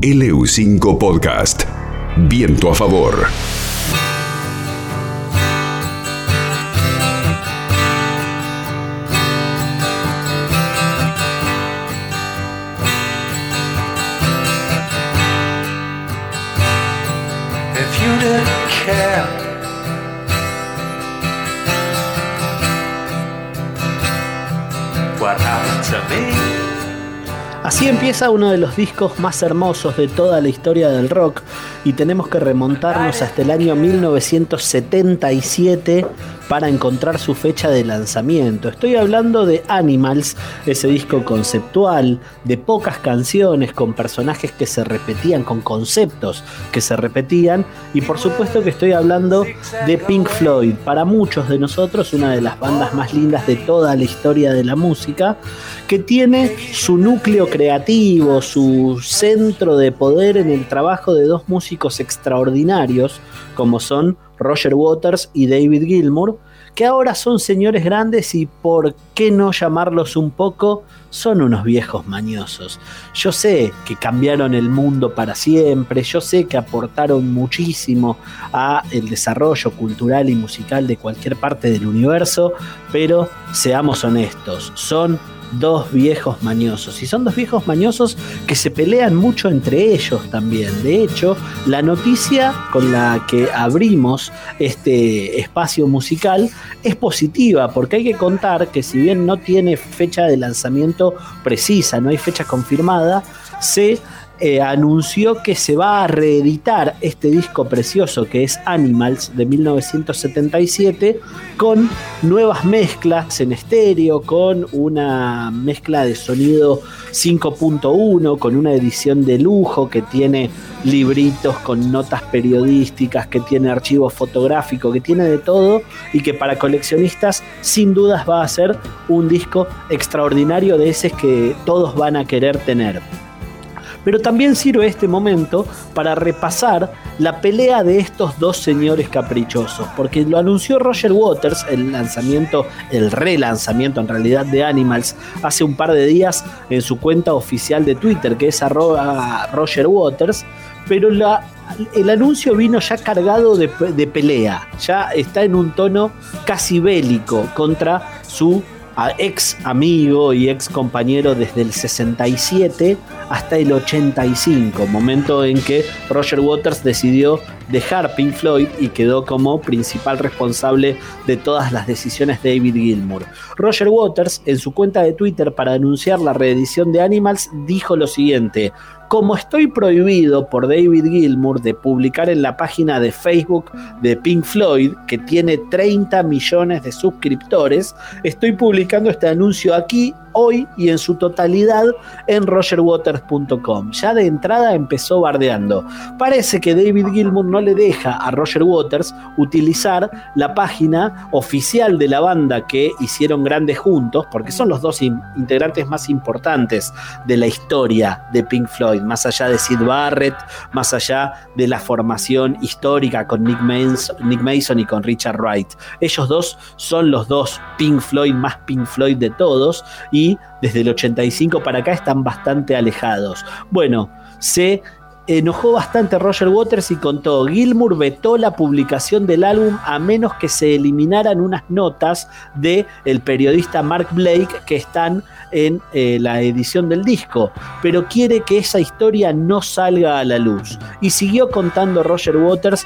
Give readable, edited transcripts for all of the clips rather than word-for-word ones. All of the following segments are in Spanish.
LU5 Podcast. Viento a favor. If you didn't care, what happened to me? Así empieza uno de los discos más hermosos de toda la historia del rock, y tenemos que remontarnos hasta el año 1977 para encontrar su fecha de lanzamiento. Estoy hablando de Animals, ese disco conceptual de pocas canciones, con personajes que se repetían, con conceptos que se repetían, y por supuesto que estoy hablando de Pink Floyd, para muchos de nosotros una de las bandas más lindas de toda la historia de la música, que tiene su núcleo creativo, su centro de poder en el trabajo de dos músicos extraordinarios como son Roger Waters y David Gilmour, que ahora son señores grandes y, por qué no llamarlos un poco, son unos viejos mañosos. Yo sé que cambiaron el mundo para siempre, yo sé que aportaron muchísimo a el desarrollo cultural y musical de cualquier parte del universo, pero seamos honestos, son dos viejos mañosos, y son dos viejos mañosos que se pelean mucho entre ellos también. De hecho, la noticia con la que abrimos este espacio musical es positiva, porque hay que contar que, si bien no tiene fecha de lanzamiento precisa, no hay fecha confirmada, se anunció que se va a reeditar este disco precioso que es Animals de 1977 con nuevas mezclas en estéreo, con una mezcla de sonido 5.1, con una edición de lujo que tiene libritos con notas periodísticas, que tiene archivo fotográfico, que tiene de todo, y que para coleccionistas sin dudas va a ser un disco extraordinario, de esos que todos van a querer tener. Pero también sirve este momento para repasar la pelea de estos dos señores caprichosos, porque lo anunció Roger Waters, el relanzamiento en realidad de Animals, hace un par de días en su cuenta oficial de Twitter, que es @Roger Waters, pero el anuncio vino ya cargado de pelea, ya está en un tono casi bélico contra su ex amigo y ex compañero desde el 67 hasta el 85, momento en que Roger Waters decidió dejar Pink Floyd y quedó como principal responsable de todas las decisiones David Gilmour. Roger Waters, en su cuenta de Twitter, para anunciar la reedición de Animals, dijo lo siguiente: como estoy prohibido por David Gilmour de publicar en la página de Facebook de Pink Floyd, que tiene 30 millones de suscriptores, estoy publicando este anuncio aquí, hoy, y en su totalidad en rogerwaters.com. Ya de entrada empezó bardeando. Parece que David Gilmour no le deja a Roger Waters utilizar la página oficial de la banda que hicieron grandes juntos, porque son los dos integrantes más importantes de la historia de Pink Floyd, más allá de Syd Barrett, más allá de la formación histórica con Nick Mason y con Richard Wright. Ellos dos son los dos Pink Floyd más Pink Floyd de todos, y desde el 85 para acá están bastante alejados. Bueno, se enojó bastante Roger Waters y contó: Gilmour vetó la publicación del álbum a menos que se eliminaran unas notas del periodista Mark Blake que están en la edición del disco, pero quiere que esa historia no salga a la luz. Y siguió contando Roger Waters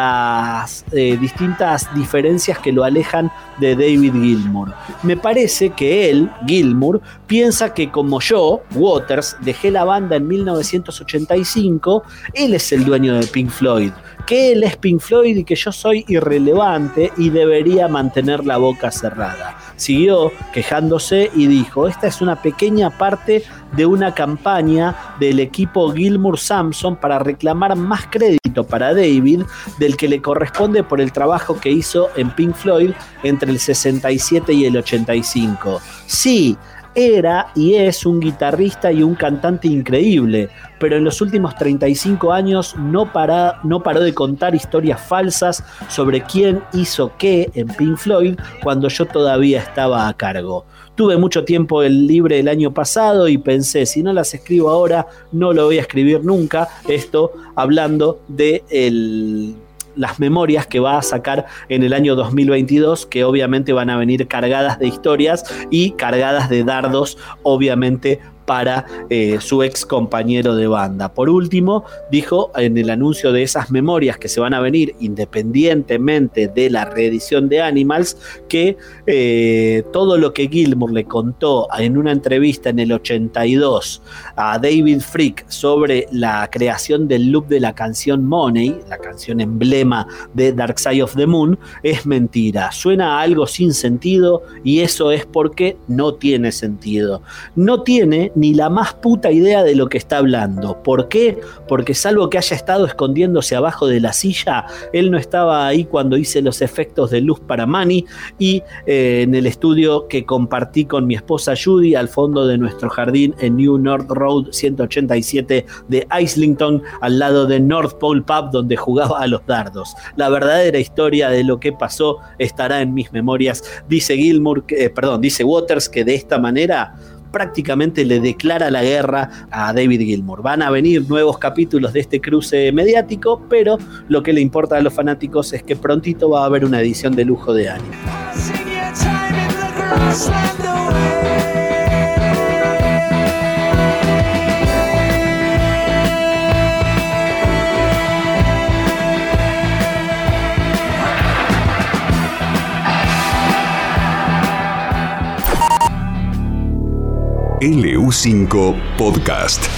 las distintas diferencias que lo alejan de David Gilmour. Me parece que él, Gilmour, piensa que como yo, Waters, dejé la banda en 1985, él es el dueño de Pink Floyd, que él es Pink Floyd y que yo soy irrelevante y debería mantener la boca cerrada. Siguió quejándose y dijo: esta es una pequeña parte de una campaña del equipo Gilmour-Sampson para reclamar más crédito para David del que le corresponde por el trabajo que hizo en Pink Floyd entre el 67 y el 85. Sí, Era y es un guitarrista y un cantante increíble, pero en los últimos 35 años no paró de contar historias falsas sobre quién hizo qué en Pink Floyd cuando yo todavía estaba a cargo. Tuve mucho tiempo libre el año pasado y pensé, si no las escribo ahora, no lo voy a escribir nunca. Esto hablando de las memorias que va a sacar en el año 2022, que obviamente van a venir cargadas de historias y cargadas de dardos, obviamente, para su ex compañero de banda. Por último, dijo en el anuncio de esas memorias que se van a venir independientemente de la reedición de Animals, que todo lo que Gilmour le contó en una entrevista en el 82 a David Fricke sobre la creación del loop de la canción Money, la canción emblema de Dark Side of the Moon, es mentira. Suena a algo sin sentido y eso es porque no tiene sentido. No tiene ni la más puta idea de lo que está hablando. ¿Por qué? Porque salvo que haya estado escondiéndose abajo de la silla, él no estaba ahí cuando hice los efectos de luz para Money y en el estudio que compartí con mi esposa Judy al fondo de nuestro jardín en New North Road 187 de Islington, al lado de North Pole Pub, donde jugaba a los dardos. La verdadera historia de lo que pasó estará en mis memorias, dice dice Waters, que de esta manera prácticamente le declara la guerra a David Gilmour. Van a venir nuevos capítulos de este cruce mediático, pero lo que le importa a los fanáticos es que prontito va a haber una edición de lujo de Annie. LU5 Podcast.